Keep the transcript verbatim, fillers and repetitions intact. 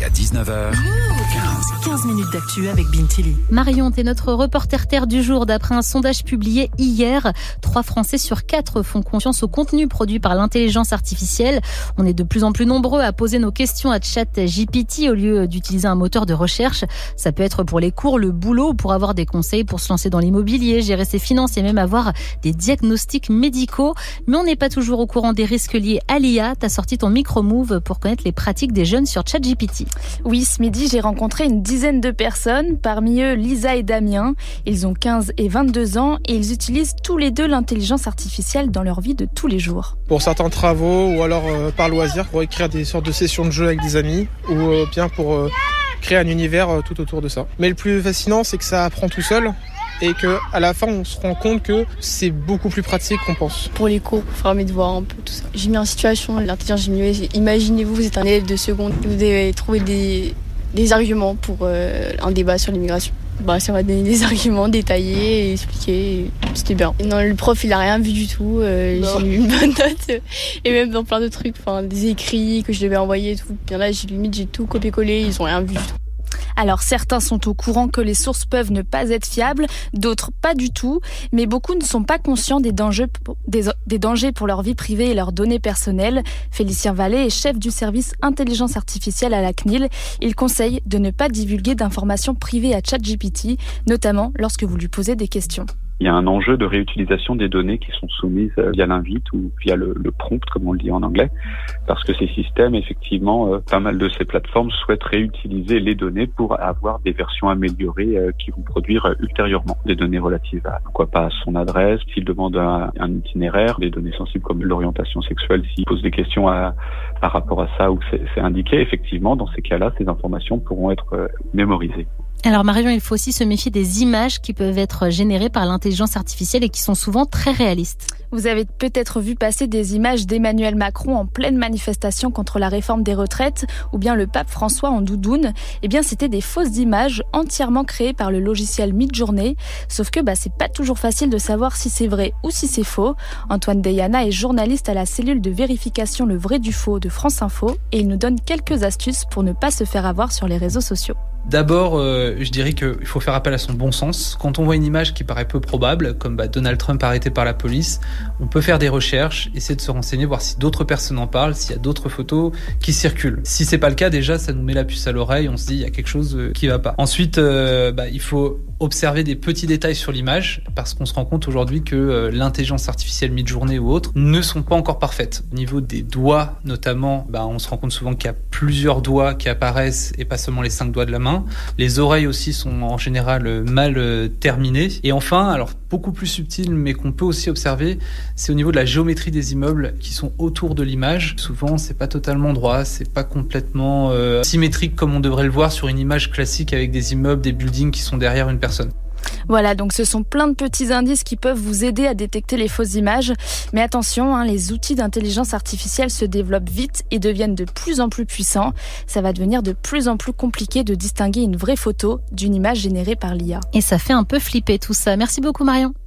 Jusqu'à dix-neuf heures quinze. quinze minutes d'actu avec Bintili. Marion, t'es notre reporter terre du jour. D'après un sondage publié hier, trois Français sur quatre font confiance au contenu produit par l'intelligence artificielle. On est de plus en plus nombreux à poser nos questions à ChatGPT au lieu d'utiliser un moteur de recherche. Ça peut être pour les cours, le boulot ou pour avoir des conseils pour se lancer dans l'immobilier, gérer ses finances et même avoir des diagnostics médicaux. Mais on n'est pas toujours au courant des risques liés à l'I A. T'as sorti ton micro-move pour connaître les pratiques des jeunes sur ChatGPT. Oui, ce midi, j'ai rencontré une dizaine de personnes, parmi eux Lisa et Damien. Ils ont quinze et vingt-deux ans et ils utilisent tous les deux l'intelligence artificielle dans leur vie de tous les jours. Pour certains travaux ou alors euh, par loisir, pour écrire des sortes de sessions de jeu avec des amis ou euh, bien pour euh, créer un univers euh, tout autour de ça. Mais le plus fascinant, c'est que ça apprend tout seul. Et qu'à la fin, on se rend compte que c'est beaucoup plus pratique qu'on pense. Pour les cours, pour faire mes devoirs, un peu tout ça. J'ai mis en situation l'intelligence générative. Imaginez-vous, vous êtes un élève de seconde. Vous devez trouver des, des arguments pour euh, un débat sur l'immigration. Bah, ça va donner des arguments détaillés et expliquer. C'était bien. Non, le prof, il a rien vu du tout. Euh, j'ai eu une bonne note. Et même dans plein de trucs, enfin, des écrits que je devais envoyer et tout. Bien là, j'ai limite, j'ai tout copié-collé. Ils ont rien vu du tout. Alors certains sont au courant que les sources peuvent ne pas être fiables, d'autres pas du tout, mais beaucoup ne sont pas conscients des dangers, des, des dangers pour leur vie privée et leurs données personnelles. Félicien Vallée est chef du service intelligence artificielle à la C N I L. Il conseille de ne pas divulguer d'informations privées à ChatGPT, notamment lorsque vous lui posez des questions. Il y a un enjeu de réutilisation des données qui sont soumises via l'invite ou via le, le prompt, comme on le dit en anglais, parce que ces systèmes, effectivement, euh, pas mal de ces plateformes souhaitent réutiliser les données pour avoir des versions améliorées euh, qui vont produire euh, ultérieurement des données relatives à, pourquoi pas, son adresse, s'il demande un, un itinéraire, des données sensibles comme l'orientation sexuelle, s'il pose des questions à, par rapport à ça ou que c'est, c'est indiqué, effectivement, dans ces cas-là, ces informations pourront être euh, mémorisées. Alors Marion, il faut aussi se méfier des images qui peuvent être générées par l'intelligence artificielle et qui sont souvent très réalistes. Vous avez peut-être vu passer des images d'Emmanuel Macron en pleine manifestation contre la réforme des retraites ou bien le pape François en doudoune. Eh bien, c'était des fausses images entièrement créées par le logiciel Midjourney. Sauf que bah, c'est pas toujours facile de savoir si c'est vrai ou si c'est faux. Antoine Deyana est journaliste à la cellule de vérification Le Vrai du Faux de France Info et il nous donne quelques astuces pour ne pas se faire avoir sur les réseaux sociaux. D'abord, euh, je dirais qu'il faut faire appel à son bon sens. Quand on voit une image qui paraît peu probable, comme bah, Donald Trump arrêté par la police, on peut faire des recherches, essayer de se renseigner, voir si d'autres personnes en parlent, s'il y a d'autres photos qui circulent. Si c'est pas le cas, déjà, ça nous met la puce à l'oreille, on se dit il y a quelque chose qui va pas. Ensuite, euh, bah, il faut observer des petits détails sur l'image, parce qu'on se rend compte aujourd'hui que euh, l'intelligence artificielle Midjourney ou autres ne sont pas encore parfaites. Au niveau des doigts, notamment, bah, on se rend compte souvent qu'il y a plusieurs doigts qui apparaissent et pas seulement les cinq doigts de la main. Les oreilles aussi sont en général mal terminées. Et enfin, alors beaucoup plus subtil, mais qu'on peut aussi observer, c'est au niveau de la géométrie des immeubles qui sont autour de l'image. Souvent, c'est pas totalement droit, c'est pas complètement euh, symétrique comme on devrait le voir sur une image classique avec des immeubles, des buildings qui sont derrière une personne. Voilà, donc ce sont plein de petits indices qui peuvent vous aider à détecter les fausses images. Mais attention, hein, les outils d'intelligence artificielle se développent vite et deviennent de plus en plus puissants. Ça va devenir de plus en plus compliqué de distinguer une vraie photo d'une image générée par l'I A. Et ça fait un peu flipper tout ça. Merci beaucoup Marion.